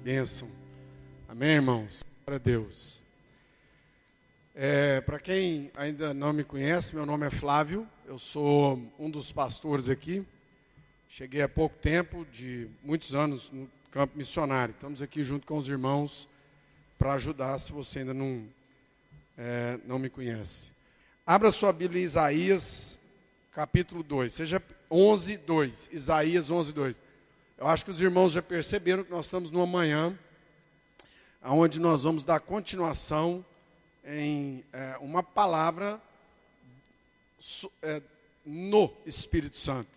bênção. Amém, irmãos? Glória a Deus. Para quem ainda não me conhece, meu nome é Flávio, eu sou um dos pastores aqui. Cheguei há pouco tempo, de muitos anos no campo missionário. Estamos aqui junto com os irmãos para ajudar, se você ainda não me conhece. Abra sua Bíblia em Isaías, capítulo 2, seja 11, 2. Isaías 11, 2. Eu acho que os irmãos já perceberam que nós estamos numa manhã onde nós vamos dar continuação em uma palavra no Espírito Santo.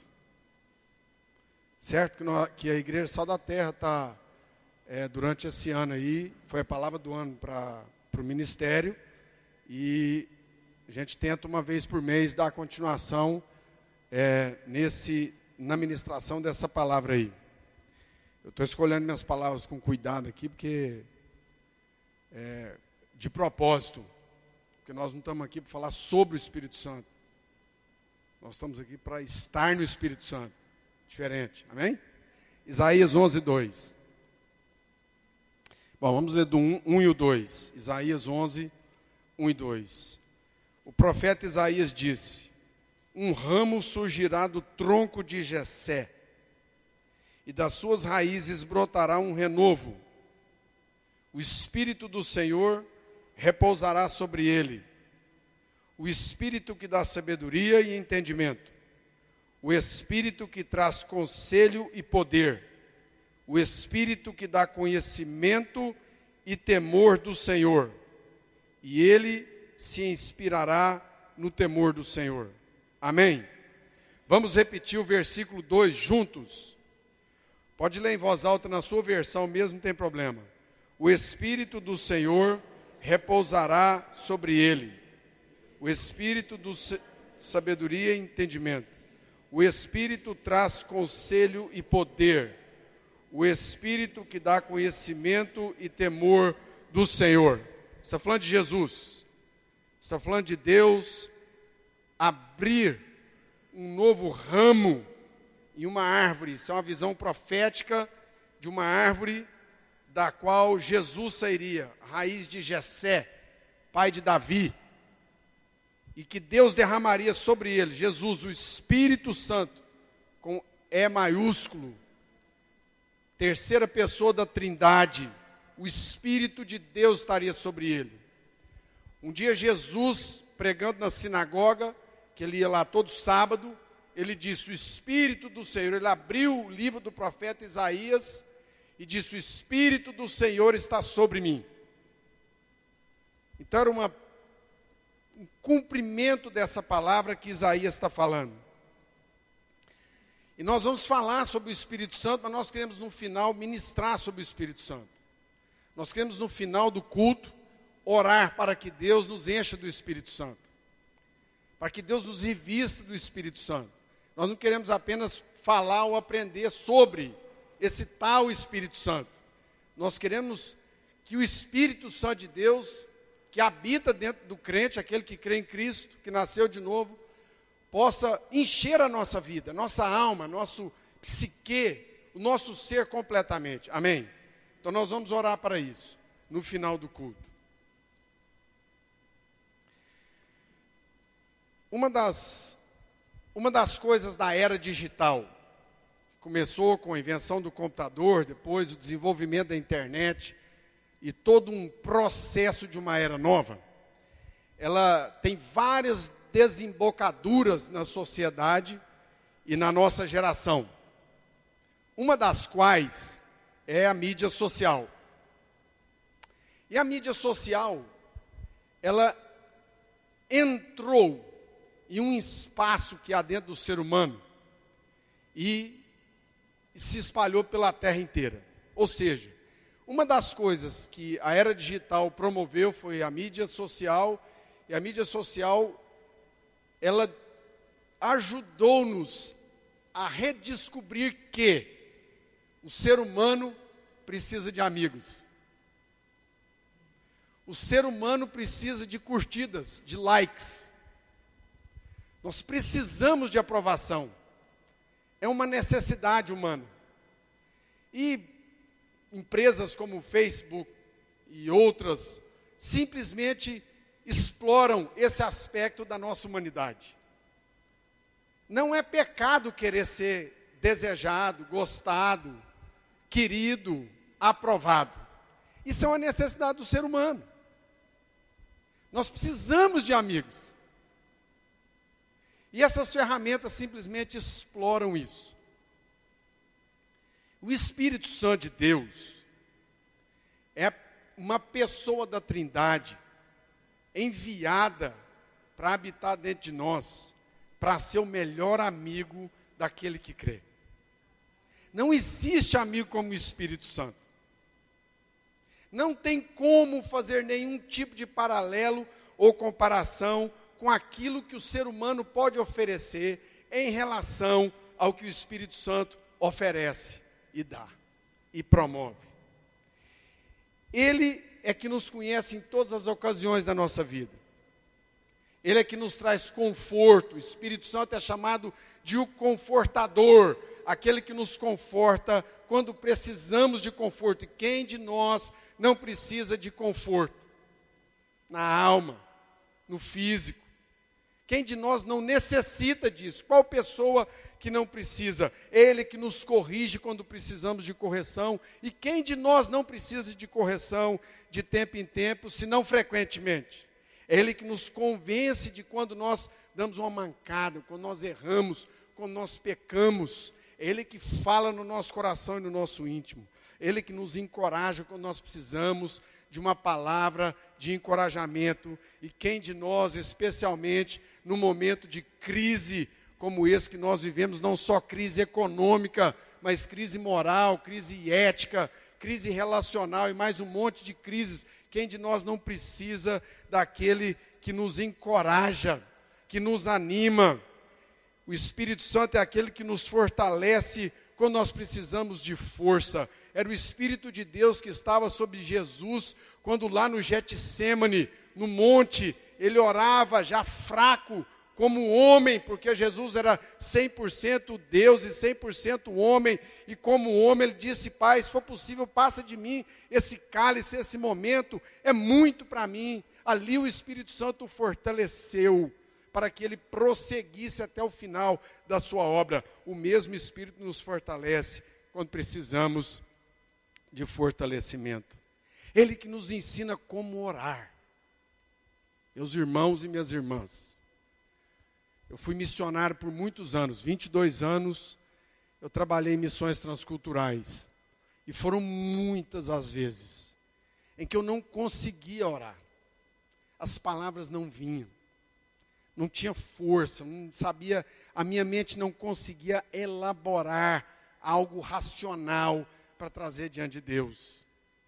Certo? Que a Igreja Sal da Terra está, durante esse ano aí, foi a palavra do ano para o ministério, e a gente tenta uma vez por mês dar continuação na ministração dessa palavra aí. Eu estou escolhendo minhas palavras com cuidado aqui, porque de propósito, porque nós não estamos aqui para falar sobre o Espírito Santo. Nós estamos aqui para estar no Espírito Santo. Diferente, amém? Isaías 11, 2. Bom, vamos ler do 1 e o 2. Isaías 11, 1 e 2. O profeta Isaías disse: um ramo surgirá do tronco de Jessé, e das suas raízes brotará um renovo. O Espírito do Senhor repousará sobre ele, o Espírito que dá sabedoria e entendimento, o Espírito que traz conselho e poder, o Espírito que dá conhecimento e temor do Senhor, e ele se inspirará no temor do Senhor. Amém? Vamos repetir o versículo 2 juntos. Pode ler em voz alta na sua versão mesmo, não tem problema. O Espírito do Senhor repousará sobre ele, o Espírito de sabedoria e entendimento, o Espírito traz conselho e poder, o Espírito que dá conhecimento e temor do Senhor. Está falando de Jesus, está falando de Deus abrir um novo ramo em uma árvore. Isso é uma visão profética de uma árvore da qual Jesus sairia, raiz de Jessé, pai de Davi, e que Deus derramaria sobre ele, Jesus, o Espírito Santo, com E maiúsculo, terceira pessoa da Trindade, o Espírito de Deus estaria sobre ele. Um dia Jesus, pregando na sinagoga, que ele ia lá todo sábado, ele disse: o Espírito do Senhor, ele abriu o livro do profeta Isaías e disse: o Espírito do Senhor está sobre mim. Então era um cumprimento dessa palavra que Isaías está falando. E nós vamos falar sobre o Espírito Santo, mas nós queremos no final ministrar sobre o Espírito Santo. Nós queremos no final do culto orar para que Deus nos encha do Espírito Santo, para que Deus nos revista do Espírito Santo. Nós não queremos apenas falar ou aprender sobre esse tal Espírito Santo. Nós queremos que o Espírito Santo de Deus, que habita dentro do crente, aquele que crê em Cristo, que nasceu de novo, possa encher a nossa vida, nossa alma, nosso psique, o nosso ser completamente. Amém? Então nós vamos orar para isso, no final do culto. Uma das coisas da era digital, começou com a invenção do computador, depois o desenvolvimento da internet e todo um processo de uma era nova. Ela tem várias desembocaduras na sociedade e na nossa geração. Uma das quais é a mídia social. E a mídia social, ela entrou em um espaço que há dentro do ser humano e se espalhou pela terra inteira. Ou seja, uma das coisas que a era digital promoveu foi a mídia social, e a mídia social, ela ajudou-nos a redescobrir que o ser humano precisa de amigos. O ser humano precisa de curtidas, de likes. Nós precisamos de aprovação. É uma necessidade humana. E empresas como o Facebook e outras simplesmente exploram esse aspecto da nossa humanidade. Não é pecado querer ser desejado, gostado, querido, aprovado. Isso é uma necessidade do ser humano. Nós precisamos de amigos. E essas ferramentas simplesmente exploram isso. O Espírito Santo de Deus é uma pessoa da Trindade enviada para habitar dentro de nós, para ser o melhor amigo daquele que crê. Não existe amigo como o Espírito Santo. Não tem como fazer nenhum tipo de paralelo ou comparação com aquilo que o ser humano pode oferecer em relação ao que o Espírito Santo oferece e dá e promove. Ele é que nos conhece em todas as ocasiões da nossa vida. Ele é que nos traz conforto. O Espírito Santo é chamado de o confortador, aquele que nos conforta quando precisamos de conforto. E quem de nós não precisa de conforto? Na alma, no físico. Quem de nós não necessita disso? Qual pessoa que não precisa? Ele que nos corrige quando precisamos de correção. E quem de nós não precisa de correção de tempo em tempo, se não frequentemente? É Ele que nos convence de quando nós damos uma mancada, quando nós erramos, quando nós pecamos. É Ele que fala no nosso coração e no nosso íntimo. É Ele que nos encoraja quando nós precisamos de uma palavra de encorajamento. E quem de nós, especialmente no momento de crise como esse que nós vivemos, não só crise econômica, mas crise moral, crise ética, crise relacional e mais um monte de crises, quem de nós não precisa daquele que nos encoraja, que nos anima? O Espírito Santo é aquele que nos fortalece quando nós precisamos de força. Era o Espírito de Deus que estava sobre Jesus, quando lá no Getsêmani, no monte, ele orava já fraco, como homem, porque Jesus era 100% Deus e 100% homem, e como homem ele disse: Pai, se for possível, passa de mim esse cálice, esse momento, é muito para mim. Ali o Espírito Santo o fortaleceu, para que ele prosseguisse até o final da sua obra. O mesmo Espírito nos fortalece quando precisamos de fortalecimento. Ele que nos ensina como orar. Meus irmãos e minhas irmãs, eu fui missionário por muitos anos, 22 anos, eu trabalhei em missões transculturais. E foram muitas as vezes em que eu não conseguia orar. As palavras não vinham. Não tinha força, não sabia, a minha mente não conseguia elaborar algo racional para trazer diante de Deus.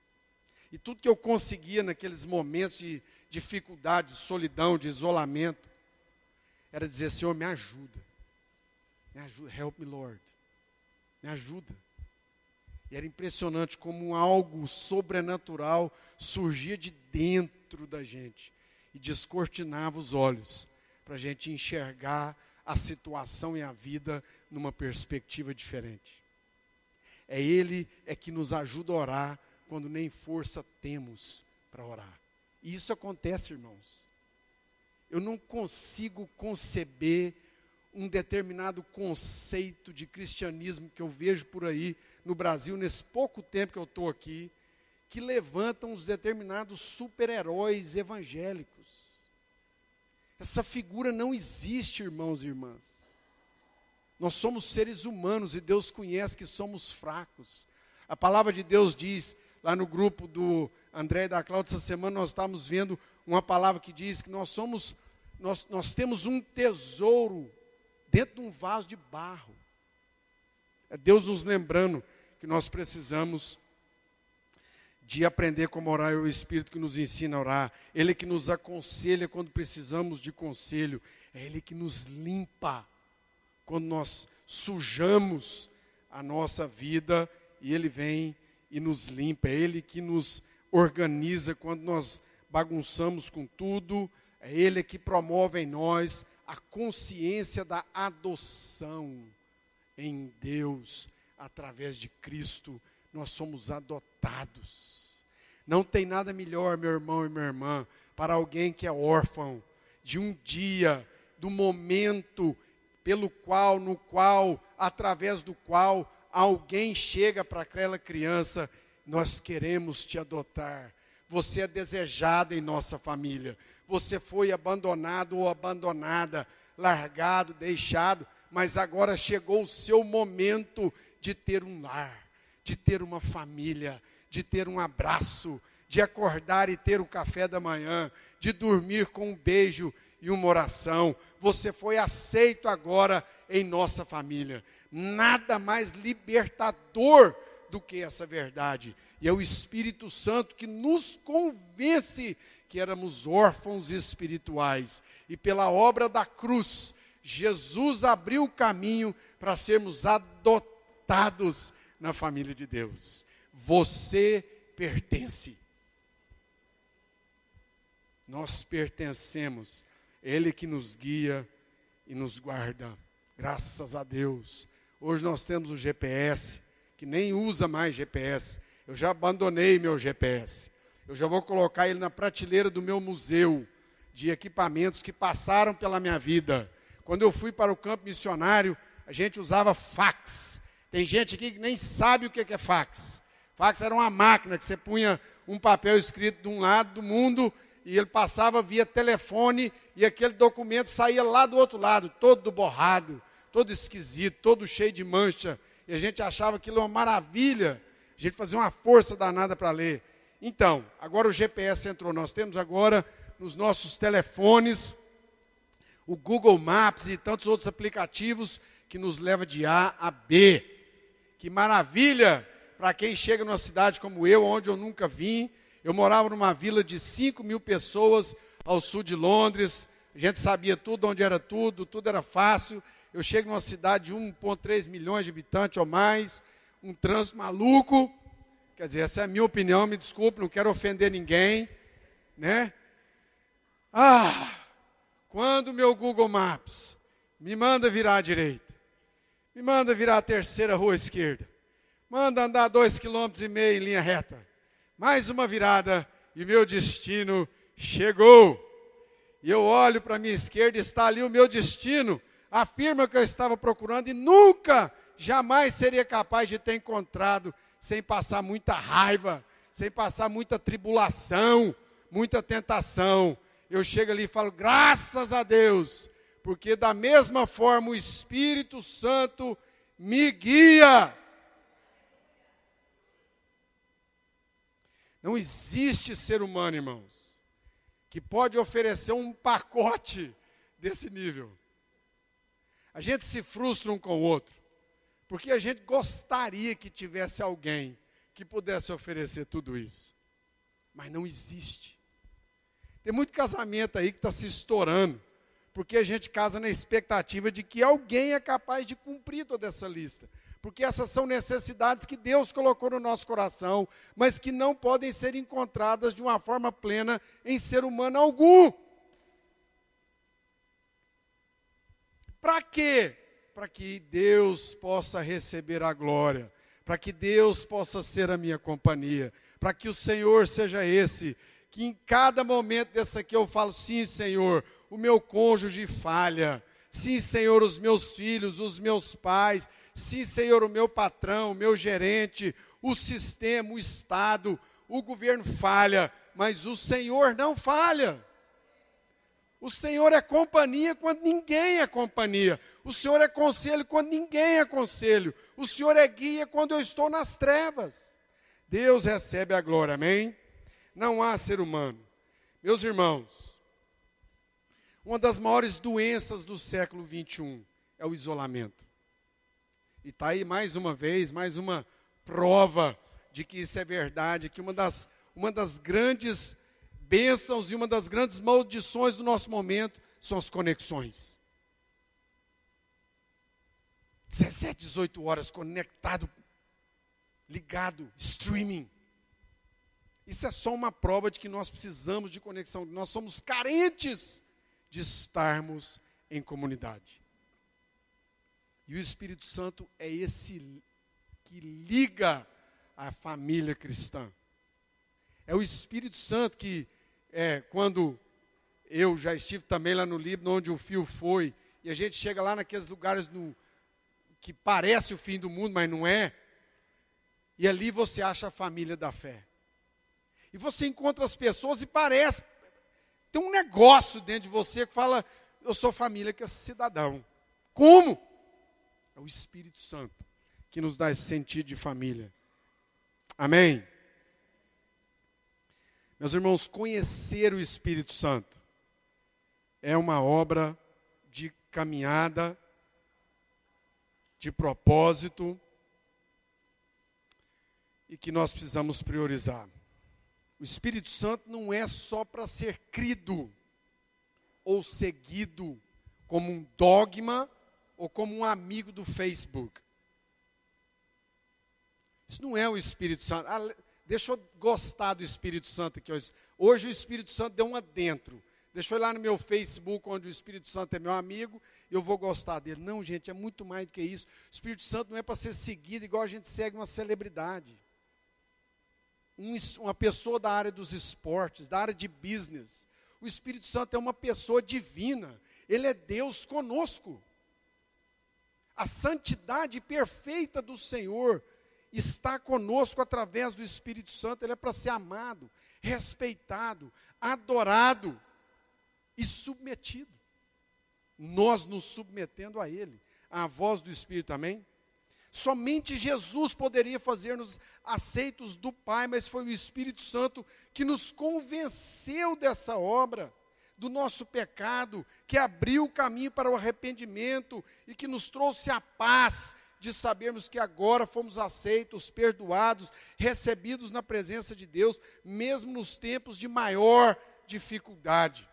E tudo que eu conseguia naqueles momentos de dificuldade, de solidão, de isolamento, era dizer: Senhor, me ajuda, help me Lord, me ajuda. E era impressionante como algo sobrenatural surgia de dentro da gente e descortinava os olhos para a gente enxergar a situação e a vida numa perspectiva diferente. É Ele que nos ajuda a orar quando nem força temos para orar. E isso acontece, irmãos. Eu não consigo conceber um determinado conceito de cristianismo que eu vejo por aí no Brasil, nesse pouco tempo que eu estou aqui, que levantam os determinados super-heróis evangélicos. Essa figura não existe, irmãos e irmãs. Nós somos seres humanos e Deus conhece que somos fracos. A palavra de Deus diz, lá no grupo do André e da Cláudia, essa semana nós estávamos vendo uma palavra que diz que nós temos um tesouro dentro de um vaso de barro. É Deus nos lembrando que nós precisamos de aprender como orar. É o Espírito que nos ensina a orar. Ele que nos aconselha quando precisamos de conselho. É Ele que nos limpa quando nós sujamos a nossa vida, e Ele vem e nos limpa. É Ele que nos organiza quando nós bagunçamos com tudo. É Ele que promove em nós a consciência da adoção em Deus, através de Cristo, nós somos adotados. Não tem nada melhor, meu irmão e minha irmã, para alguém que é órfão, de um dia, do momento no qual, através do qual, alguém chega para aquela criança, nós queremos te adotar. Você é desejado em nossa família. Você foi abandonado ou abandonada, largado, deixado, mas agora chegou o seu momento de ter um lar, de ter uma família, de ter um abraço, de acordar e ter o café da manhã, de dormir com um beijo e uma oração. Você foi aceito agora em nossa família. Nada mais libertador do que essa verdade. E é o Espírito Santo que nos convence que éramos órfãos espirituais. E pela obra da cruz, Jesus abriu o caminho para sermos adotados na família de Deus. Você pertence. Nós pertencemos. Ele que nos guia e nos guarda. Graças a Deus. Hoje nós temos o GPS, que nem usa mais GPS. Eu já abandonei meu GPS. Eu já vou colocar ele na prateleira do meu museu de equipamentos que passaram pela minha vida. Quando eu fui para o campo missionário, a gente usava fax. Tem gente aqui que nem sabe o que é fax. Fax era uma máquina que você punha um papel escrito de um lado do mundo e ele passava via telefone e aquele documento saía lá do outro lado, todo borrado, todo esquisito, todo cheio de mancha. E a gente achava aquilo uma maravilha. A gente fazia uma força danada para ler. Então, agora o GPS entrou. Nós temos agora nos nossos telefones o Google Maps e tantos outros aplicativos que nos leva de A a B. Que maravilha para quem chega numa cidade como eu, onde eu nunca vim. Eu morava numa vila de 5.000 pessoas ao sul de Londres. A gente sabia tudo, onde era tudo era fácil. Eu chego numa cidade de 1,3 milhões de habitantes ou mais, um trânsito maluco. Quer dizer, essa é a minha opinião, me desculpe, não quero ofender ninguém, né? Quando o meu Google Maps me manda virar à direita, me manda virar a terceira rua à esquerda, manda andar 2,5 km em linha reta, mais uma virada e o meu destino chegou. E eu olho para a minha esquerda, está ali o meu destino, a firma que eu estava procurando e nunca, jamais seria capaz de ter encontrado sem passar muita raiva, sem passar muita tribulação, muita tentação. Eu chego ali e falo, graças a Deus, porque da mesma forma o Espírito Santo me guia. Não existe ser humano, irmãos, que pode oferecer um pacote desse nível. A gente se frustra um com o outro, porque a gente gostaria que tivesse alguém que pudesse oferecer tudo isso. Mas não existe. Tem muito casamento aí que está se estourando, porque a gente casa na expectativa de que alguém é capaz de cumprir toda essa lista. Porque essas são necessidades que Deus colocou no nosso coração, mas que não podem ser encontradas de uma forma plena em ser humano algum. Para quê? Para que Deus possa receber a glória, para que Deus possa ser a minha companhia, para que o Senhor seja esse, que em cada momento desse aqui eu falo, sim, Senhor, o meu cônjuge falha, sim, Senhor, os meus filhos, os meus pais, sim, Senhor, o meu patrão, o meu gerente, o sistema, o Estado, o governo falha, mas o Senhor não falha. O Senhor é companhia quando ninguém é companhia. O Senhor é conselho quando ninguém é conselho. O Senhor é guia quando eu estou nas trevas. Deus recebe a glória, amém? Não há ser humano. Meus irmãos, uma das maiores doenças do século 21 é o isolamento. E está aí mais uma vez, mais uma prova de que isso é verdade, que uma das grandes bênçãos e uma das grandes maldições do nosso momento são as conexões. 17, 18 horas conectado, ligado, streaming. Isso é só uma prova de que nós precisamos de conexão, nós somos carentes de estarmos em comunidade. E o Espírito Santo é esse que liga a família cristã. É o Espírito Santo que, quando eu já estive também lá no Líbano, onde o Fio foi, e a gente chega lá naqueles lugares que parece o fim do mundo, mas não é. E ali você acha a família da fé. E você encontra as pessoas e parece, tem um negócio dentro de você que fala, eu sou família com esse cidadão. Como? É o Espírito Santo que nos dá esse sentido de família. Amém? Meus irmãos, conhecer o Espírito Santo é uma obra de caminhada, de propósito, e que nós precisamos priorizar. O Espírito Santo não é só para ser crido ou seguido como um dogma ou como um amigo do Facebook. Isso não é o Espírito Santo. Deixa eu gostar do Espírito Santo aqui. Hoje o Espírito Santo deu um adentro. Deixa eu ir lá no meu Facebook, onde o Espírito Santo é meu amigo, e eu vou gostar dele. Não, gente, é muito mais do que isso. O Espírito Santo não é para ser seguido igual a gente segue uma celebridade. Uma pessoa da área dos esportes, da área de business. O Espírito Santo é uma pessoa divina. Ele é Deus conosco. A santidade perfeita do Senhor está conosco através do Espírito Santo. Ele é para ser amado, respeitado, adorado e submetido. Nós nos submetendo a Ele, à voz do Espírito, amém? Somente Jesus poderia fazer-nos aceitos do Pai, mas foi o Espírito Santo que nos convenceu dessa obra, do nosso pecado, que abriu o caminho para o arrependimento e que nos trouxe a paz de sabermos que agora fomos aceitos, perdoados, recebidos na presença de Deus, mesmo nos tempos de maior dificuldade.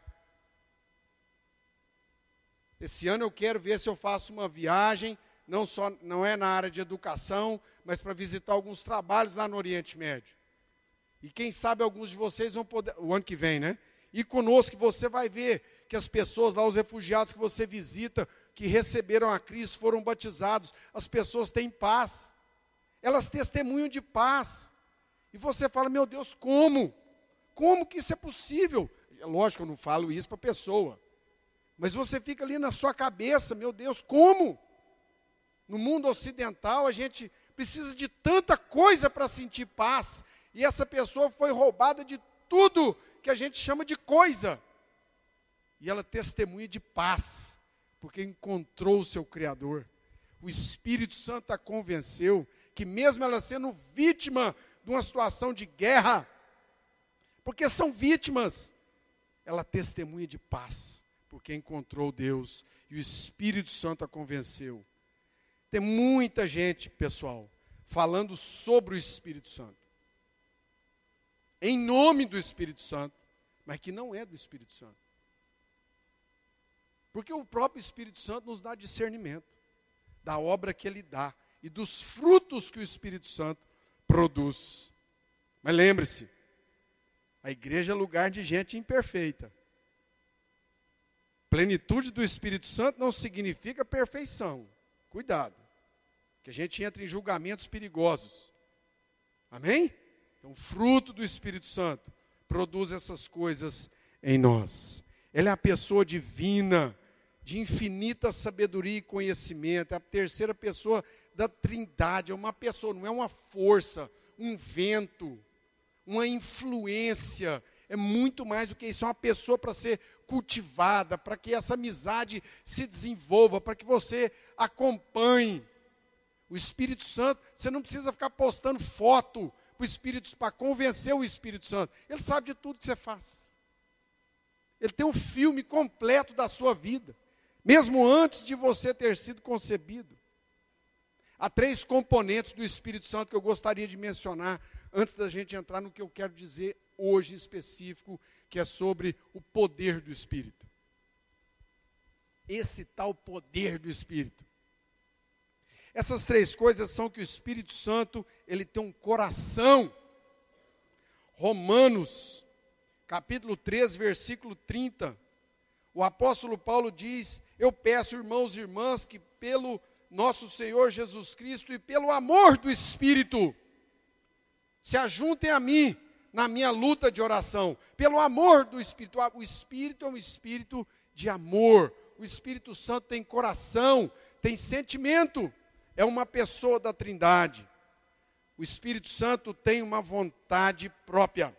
Esse ano eu quero ver se eu faço uma viagem, não é na área de educação, mas para visitar alguns trabalhos lá no Oriente Médio. E quem sabe alguns de vocês vão poder, o ano que vem, né? E conosco você vai ver que as pessoas lá, os refugiados que você visita, que receberam a Cristo, foram batizados, as pessoas têm paz. Elas testemunham de paz. E você fala, meu Deus, como? Como que isso é possível? Lógico, eu não falo isso para a pessoa. Mas você fica ali na sua cabeça, meu Deus, como? No mundo ocidental, a gente precisa de tanta coisa para sentir paz. E essa pessoa foi roubada de tudo que a gente chama de coisa. E ela testemunha de paz, porque encontrou o seu Criador. O Espírito Santo a convenceu que mesmo ela sendo vítima de uma situação de guerra, porque são vítimas, ela testemunha de paz, porque encontrou Deus. E o Espírito Santo a convenceu. Tem muita gente, pessoal, falando sobre o Espírito Santo. Em nome do Espírito Santo, mas que não é do Espírito Santo. Porque o próprio Espírito Santo nos dá discernimento da obra que Ele dá e dos frutos que o Espírito Santo produz. Mas lembre-se, a igreja é lugar de gente imperfeita. Plenitude do Espírito Santo não significa perfeição. Cuidado, que a gente entra em julgamentos perigosos. Amém? Então, o fruto do Espírito Santo produz essas coisas em nós. Ela é a pessoa divina, de infinita sabedoria e conhecimento. É a terceira pessoa da Trindade. É uma pessoa, não é uma força, um vento, uma influência. É muito mais do que isso. É uma pessoa para ser cultivada, para que essa amizade se desenvolva, para que você acompanhe. O Espírito Santo, você não precisa ficar postando foto para convencer o Espírito Santo. Ele sabe de tudo que você faz. Ele tem um filme completo da sua vida, mesmo antes de você ter sido concebido. Há 3 componentes do Espírito Santo que eu gostaria de mencionar, antes da gente entrar no que eu quero dizer hoje específico, que é sobre o poder do Espírito. Esse tal poder do Espírito. Essas 3 coisas são que o Espírito Santo, ele tem um coração. Romanos, capítulo 3, versículo 30, o apóstolo Paulo diz, eu peço, irmãos e irmãs, que pelo nosso Senhor Jesus Cristo e pelo amor do Espírito, Se ajuntem a mim na minha luta de oração, pelo amor do Espírito. O Espírito é um espírito de amor. O Espírito Santo tem coração, tem sentimento. É uma pessoa da Trindade. O Espírito Santo tem uma vontade própria.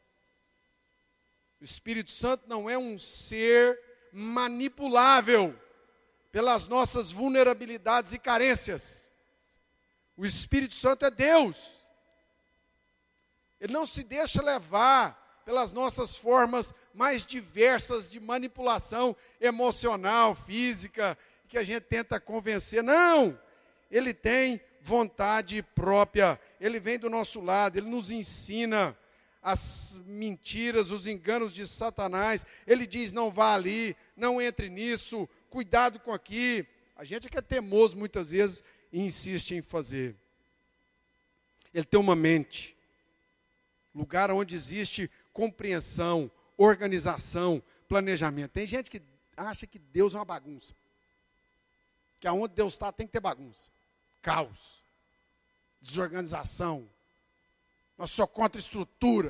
O Espírito Santo não é um ser manipulável pelas nossas vulnerabilidades e carências. O Espírito Santo é Deus. Ele não se deixa levar pelas nossas formas mais diversas de manipulação emocional, física, que a gente tenta convencer. Não! Ele tem vontade própria. Ele vem do nosso lado, ele nos ensina as mentiras, os enganos de Satanás. Ele diz, não vá ali, não entre nisso, cuidado com aqui. A gente é que é teimoso muitas vezes e insiste em fazer. Ele tem uma mente, lugar onde existe compreensão, organização, planejamento. Tem gente que acha que Deus é uma bagunça, que aonde Deus está tem que ter bagunça, caos, desorganização. Nós sou contra estrutura.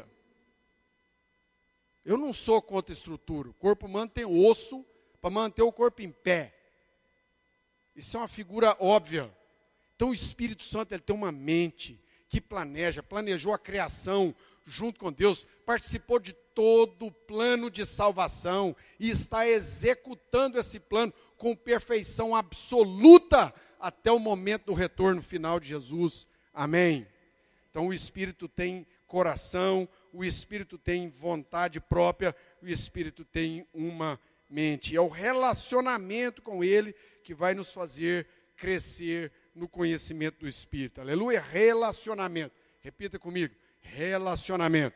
Eu não sou contra estrutura. O corpo humano tem osso para manter o corpo em pé. Isso é uma figura óbvia. Então o Espírito Santo ele tem uma mente que planejou a criação junto com Deus, participou de todo o plano de salvação e está executando esse plano com perfeição absoluta até o momento do retorno final de Jesus. Amém. Então o Espírito tem coração, o Espírito tem vontade própria, o Espírito tem uma mente. É o relacionamento com Ele que vai nos fazer crescer no conhecimento do Espírito. Aleluia, relacionamento. Repita comigo, relacionamento.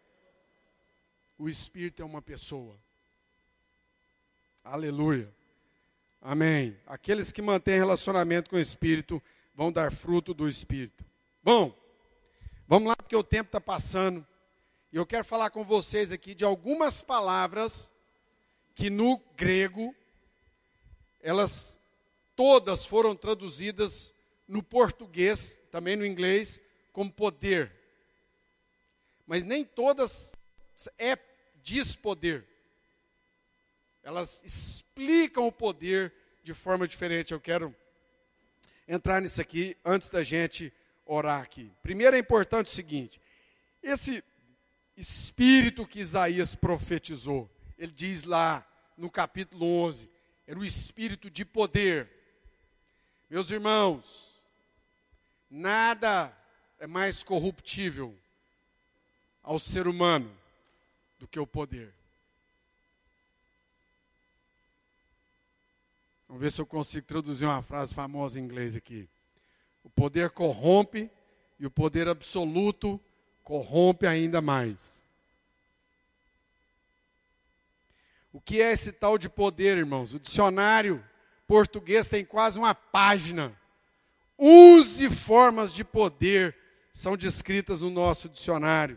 O Espírito é uma pessoa. Aleluia. Amém. Aqueles que mantêm relacionamento com o Espírito vão dar fruto do Espírito. Bom, vamos lá porque o tempo está passando. E eu quero falar com vocês aqui de algumas palavras que no grego, elas todas foram traduzidas no português, também no inglês, como poder. Mas nem todas diz poder. Elas explicam o poder de forma diferente. Eu quero entrar nisso aqui antes da gente orar aqui. Primeiro é importante o seguinte: esse espírito que Isaías profetizou, ele diz lá no capítulo 11, era o espírito de poder. Meus irmãos, nada é mais corruptível ao ser humano do que o poder. Vamos ver se eu consigo traduzir uma frase famosa em inglês aqui. O poder corrompe e o poder absoluto corrompe ainda mais. O que é esse tal de poder, irmãos? O dicionário português tem quase uma página. Usos e formas de poder são descritas no nosso dicionário.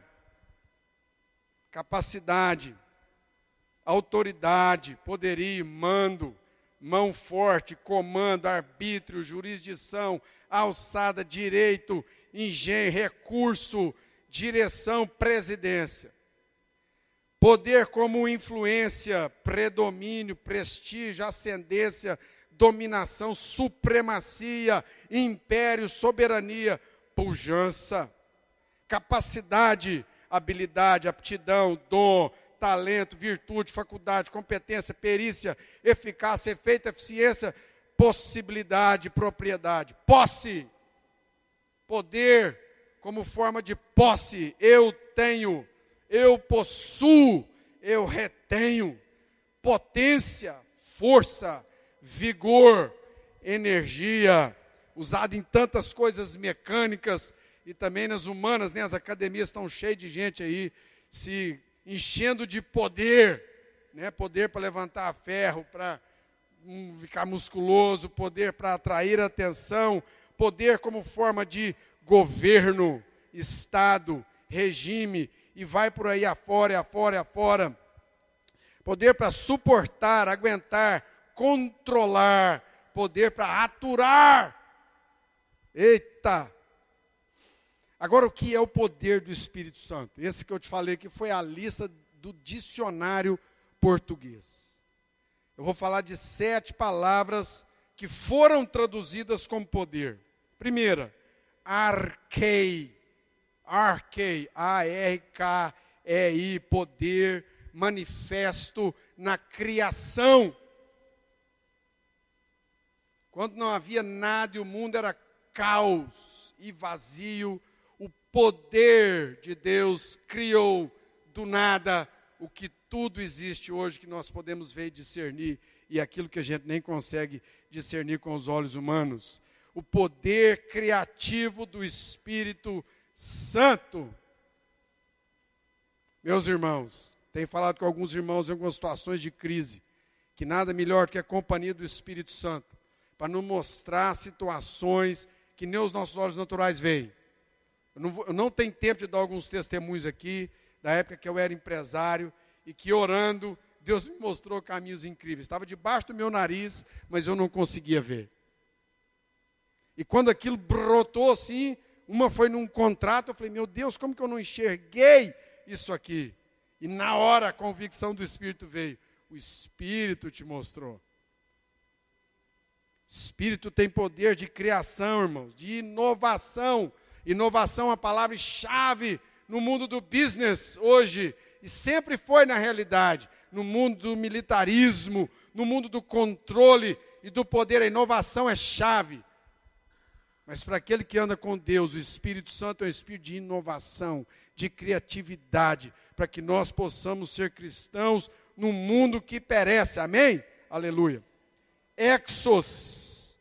Capacidade, autoridade, poderio, mando, mão forte, comando, arbítrio, jurisdição, alçada, direito, engenho, recurso, direção, presidência. Poder como influência, predomínio, prestígio, ascendência, dominação, supremacia, império, soberania, pujança. Capacidade, habilidade, aptidão, dom, talento, virtude, faculdade, competência, perícia, eficácia, efeito, eficiência, possibilidade, propriedade. Posse, poder como forma de posse. Eu tenho, eu possuo, eu retenho. Potência, força, vigor, energia, usado em tantas coisas mecânicas e também nas humanas, né? As academias estão cheias de gente aí se enchendo de poder, né? Poder para levantar ferro, para ficar musculoso, poder para atrair atenção, poder como forma de governo, Estado, regime, e vai por aí afora, afora, afora. Poder para suportar, aguentar, controlar, poder para aturar. Eita! Agora, o que é o poder do Espírito Santo? Esse que eu te falei que foi a lista do dicionário português. Eu vou falar de 7 palavras que foram traduzidas como poder. Primeira, arquei. Arquei, A-R-K-E-I, poder, manifesto na criação. Quando não havia nada e o mundo era caos e vazio, o poder de Deus criou do nada o que tudo existe hoje, que nós podemos ver e discernir, e aquilo que a gente nem consegue discernir com os olhos humanos. O poder criativo do Espírito Santo. Meus irmãos, tenho falado com alguns irmãos em algumas situações de crise, que nada melhor do que a companhia do Espírito Santo, para nos mostrar situações que nem os nossos olhos naturais veem. Eu não tenho tempo de dar alguns testemunhos aqui, da época que eu era empresário, e que orando, Deus me mostrou caminhos incríveis. Estava debaixo do meu nariz, mas eu não conseguia ver. E quando aquilo brotou assim, uma foi num contrato, eu falei, meu Deus, como que eu não enxerguei isso aqui? E na hora a convicção do Espírito veio. O Espírito te mostrou. Espírito tem poder de criação, irmãos, de inovação. Inovação é a palavra-chave no mundo do business hoje, e sempre foi na realidade, no mundo do militarismo, no mundo do controle e do poder, a inovação é chave. Mas para aquele que anda com Deus, o Espírito Santo é um espírito de inovação, de criatividade, para que nós possamos ser cristãos num mundo que perece, amém? Aleluia. Exos,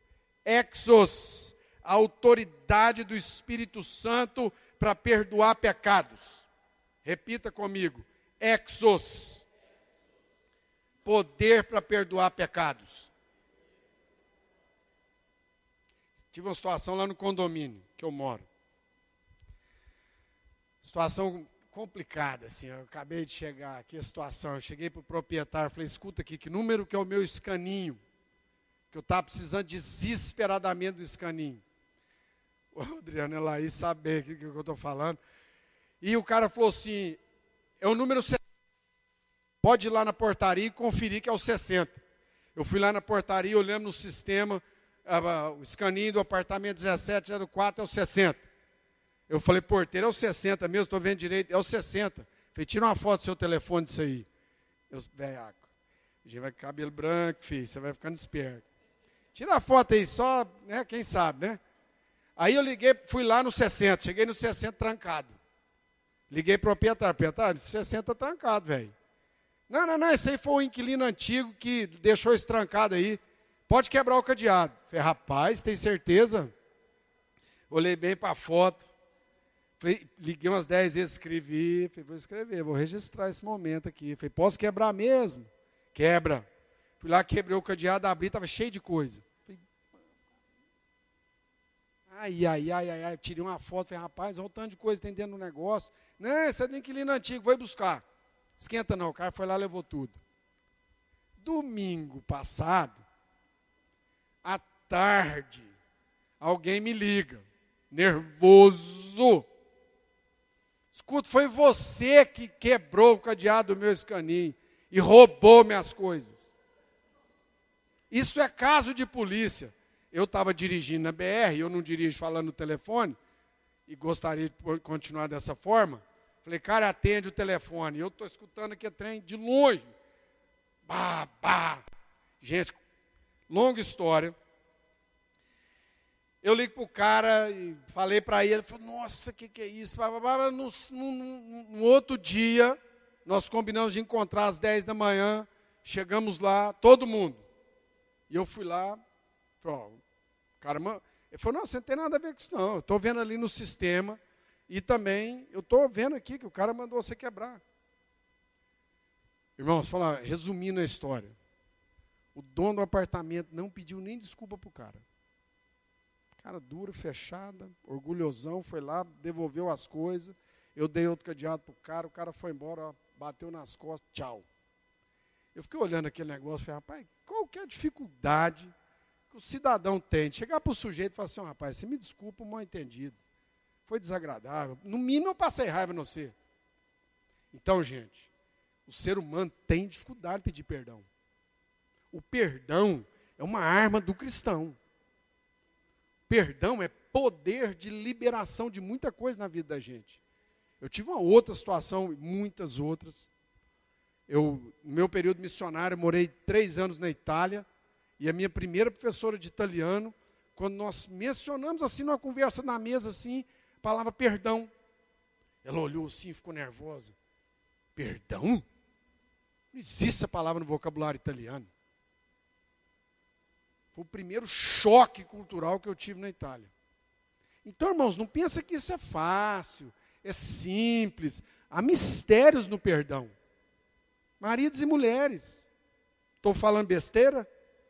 a autoridade do Espírito Santo para perdoar pecados. Repita comigo, exos, poder para perdoar pecados. Tive uma situação lá no condomínio que eu moro. Situação complicada, assim, eu acabei de chegar aqui, a situação, eu cheguei para o proprietário, falei, escuta aqui, que número que é o meu escaninho? Que eu estava precisando desesperadamente do escaninho. O Adriano é lá aí saber o que eu estou falando. E o cara falou assim, é o número 60. Pode ir lá na portaria e conferir que é o 60. Eu fui lá na portaria, olhando no sistema, o escaninho do apartamento 1704 é o 60. Eu falei, porteiro, é o 60 mesmo, estou vendo direito, é o 60. Falei, tira uma foto do seu telefone disso aí. Velhaco, a gente vai com cabelo branco, filho, você vai ficando esperto. Tira a foto aí, só, né, quem sabe, né? Aí eu liguei, fui lá no 60, cheguei no 60 trancado. Liguei para o proprietário, 60 trancado, velho. Não, esse aí foi o inquilino antigo que deixou esse trancado aí. Pode quebrar o cadeado. Falei, rapaz, tem certeza? Olhei bem para a foto. Falei, liguei umas 10 vezes, escrevi. Falei, vou escrever, vou registrar esse momento aqui. Falei, posso quebrar mesmo? Quebra. Fui lá, quebrei o cadeado, abri, estava cheio de coisa. Falei, ai. Tirei uma foto, falei, rapaz, olha o tanto de coisa que tem dentro do negócio. Não, esse é do inquilino antigo, vou buscar. Esquenta não, o cara foi lá e levou tudo. Domingo passado, à tarde, alguém me liga, nervoso. Escuta, foi você que quebrou o cadeado do meu escaninho e roubou minhas coisas. Isso é caso de polícia. Eu estava dirigindo na BR, eu não dirijo falando no telefone, e gostaria de continuar dessa forma. Falei, cara, atende o telefone. Eu estou escutando aqui a trem de longe. Bah. Gente, longa história. Eu ligo para o cara e falei para ele, falou, nossa, o que é isso? No outro dia, nós combinamos de encontrar às 10 da manhã, chegamos lá, todo mundo. E eu fui lá, falei, o cara, ele falou, não, você não tem nada a ver com isso não, eu estou vendo ali no sistema, e também, eu estou vendo aqui que o cara mandou você quebrar. Irmãos, falar, resumindo a história, o dono do apartamento não pediu nem desculpa para o cara. Cara dura, fechada, orgulhosão, foi lá, devolveu as coisas, eu dei outro cadeado para o cara foi embora, ó, bateu nas costas, tchau. Eu fiquei olhando aquele negócio e falei, rapaz, qual que é a dificuldade que o cidadão tem de chegar para o sujeito e falar assim, rapaz, você me desculpa o mal entendido, foi desagradável. No mínimo eu passei raiva no você. Então, gente, o ser humano tem dificuldade de pedir perdão. O perdão é uma arma do cristão. Perdão é poder de liberação de muita coisa na vida da gente. Eu tive uma outra situação, muitas outras. No meu período missionário, morei 3 anos na Itália, e a minha primeira professora de italiano, quando nós mencionamos assim numa conversa na mesa, assim, a palavra perdão, ela olhou assim e ficou nervosa. Perdão? Não existe essa palavra no vocabulário italiano. Foi o primeiro choque cultural que eu tive na Itália. Então, irmãos, não pensa que isso é fácil, é simples. Há mistérios no perdão. Maridos e mulheres. Estou falando besteira?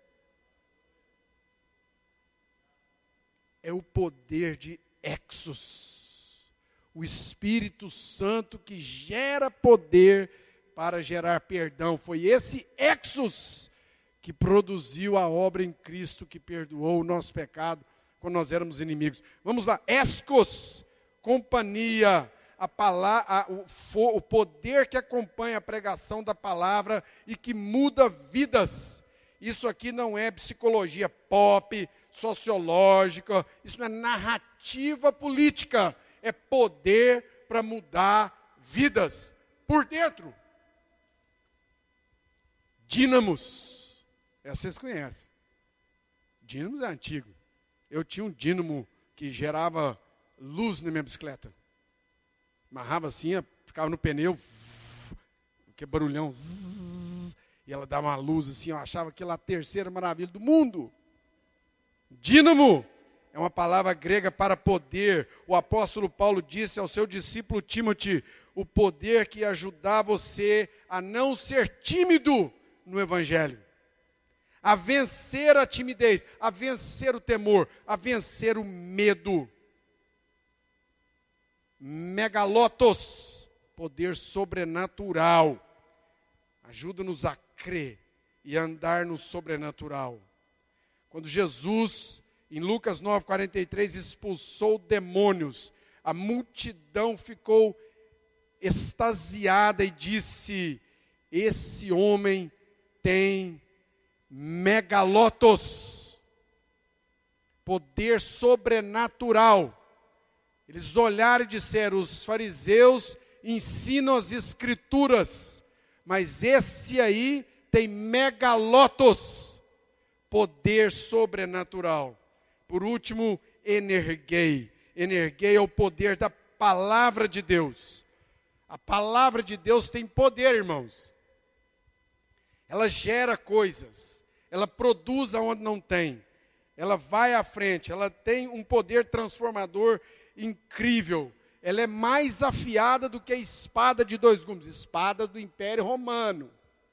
É o poder de Exus. O Espírito Santo que gera poder para gerar perdão. Foi esse Exus que produziu a obra em Cristo, que perdoou o nosso pecado quando nós éramos inimigos. Vamos lá, Escos, companhia, o poder que acompanha a pregação da palavra e que muda vidas. Isso aqui não é psicologia pop, sociológica, isso não é narrativa política, é poder para mudar vidas. Por dentro, dínamos. Essa vocês conhecem. Dínamos é antigo. Eu tinha um dínamo que gerava luz na minha bicicleta. Amarrava assim, ficava no pneu, que barulhão, e ela dava uma luz assim, eu achava aquilo a terceira maravilha do mundo. Dínamo é uma palavra grega para poder. O apóstolo Paulo disse ao seu discípulo Tímote, o poder que ajudar você a não ser tímido no evangelho. A vencer a timidez, a vencer o temor, a vencer o medo. Megalotos, poder sobrenatural. Ajuda-nos a crer e andar no sobrenatural. Quando Jesus, em Lucas 9:43, expulsou demônios, a multidão ficou extasiada e disse, esse homem tem megalotos, poder sobrenatural. Eles olharam e disseram, os fariseus ensinam as escrituras, mas esse aí tem megalotos, poder sobrenatural. Por último, energei. Energei é o poder da palavra de Deus. A palavra de Deus tem poder, irmãos. Ela gera coisas, ela produz aonde não tem, ela vai à frente, ela tem um poder transformador incrível, ela é mais afiada do que a espada de 2 gumes, espada do Império Romano,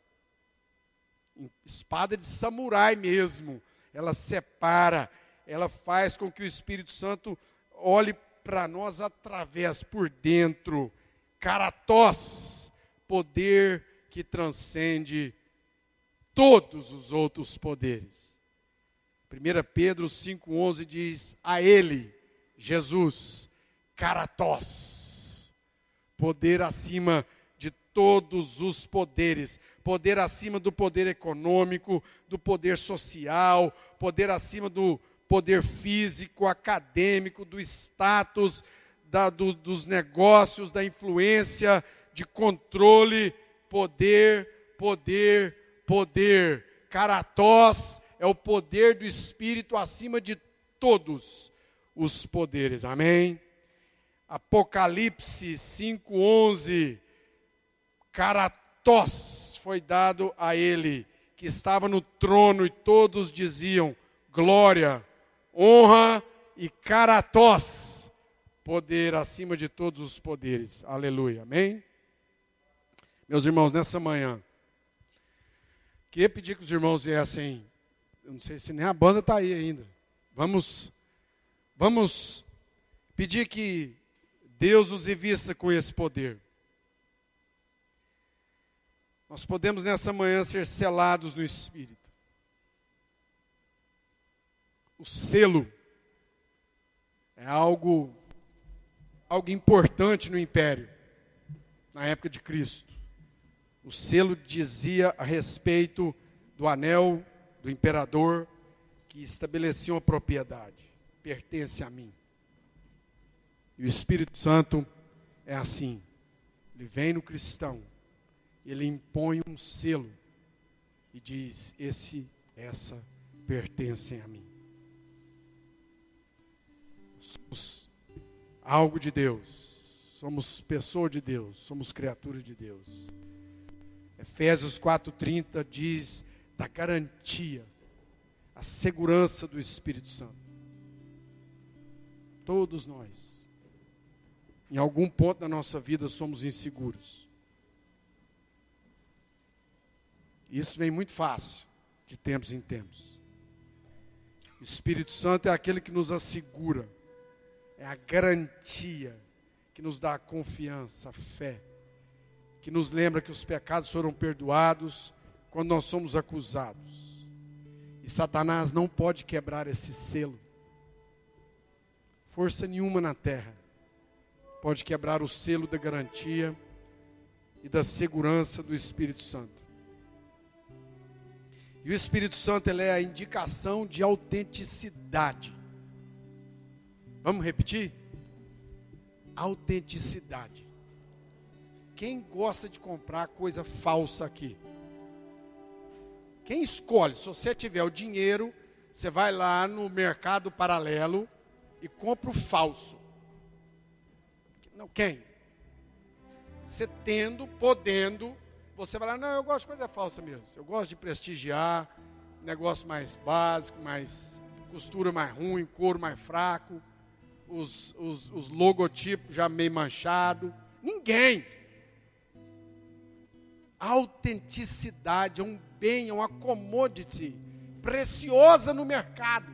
espada de samurai mesmo, ela separa, ela faz com que o Espírito Santo olhe para nós através, por dentro, Karatos, poder que transcende todos os outros poderes. 1 Pedro 5,11 diz, a ele, Jesus, Karatos, poder acima de todos os poderes, poder acima do poder econômico, do poder social, poder acima do poder físico, acadêmico, do status, dos negócios, da influência, de controle, poder. Karatos é o poder do Espírito acima de todos os poderes. Amém? Apocalipse 5:11. Karatos foi dado a ele, que estava no trono, e todos diziam, glória, honra e Karatos, poder acima de todos os poderes. Aleluia. Amém? Meus irmãos, nessa manhã, queria pedir que os irmãos viessem, eu não sei se nem a banda está aí ainda. Vamos pedir que Deus nos revista com esse poder. Nós podemos nessa manhã ser selados no Espírito. O selo é algo algo importante no império, na época de Cristo. O selo dizia a respeito do anel do imperador, que estabelecia uma propriedade. Pertence a mim. E o Espírito Santo é assim. Ele vem no cristão, ele impõe um selo e diz: essa pertencem a mim. Somos algo de Deus, somos pessoa de Deus, somos criatura de Deus. Efésios 4:30 diz da garantia, a segurança do Espírito Santo. Todos nós, em algum ponto da nossa vida, somos inseguros. Isso vem muito fácil, de tempos em tempos. O Espírito Santo é aquele que nos assegura, é a garantia, que nos dá a confiança, a fé, que nos lembra que os pecados foram perdoados quando nós somos acusados. E Satanás não pode quebrar esse selo. Força nenhuma na terra pode quebrar o selo da garantia e da segurança do Espírito Santo. E o Espírito Santo, ele é a indicação de autenticidade. Vamos repetir? Autenticidade. Quem gosta de comprar coisa falsa aqui? Quem escolhe? Se você tiver o dinheiro, você vai lá no mercado paralelo e compra o falso. Não, quem? Você tendo, podendo, você vai lá: não, eu gosto de coisa falsa mesmo. Eu gosto de prestigiar, negócio mais básico, mais costura mais ruim, couro mais fraco, os logotipos já meio manchado. Ninguém. A autenticidade é um bem, é uma commodity preciosa no mercado.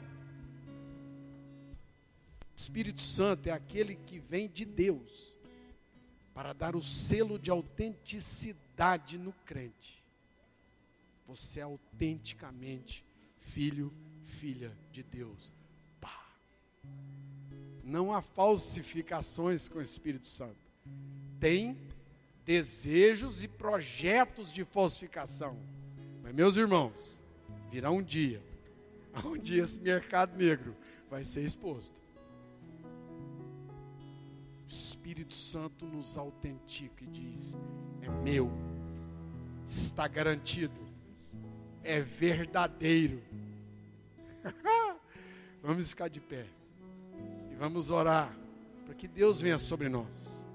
O Espírito Santo é aquele que vem de Deus para dar o selo de autenticidade no crente. Você é autenticamente filho, filha de Deus. Pá. Não há falsificações com o Espírito Santo. Tem desejos e projetos de falsificação. Mas, meus irmãos, virá um dia onde esse mercado negro vai ser exposto. O Espírito Santo nos autentica e diz: é meu, está garantido, é verdadeiro. Vamos ficar de pé e vamos orar para que Deus venha sobre nós.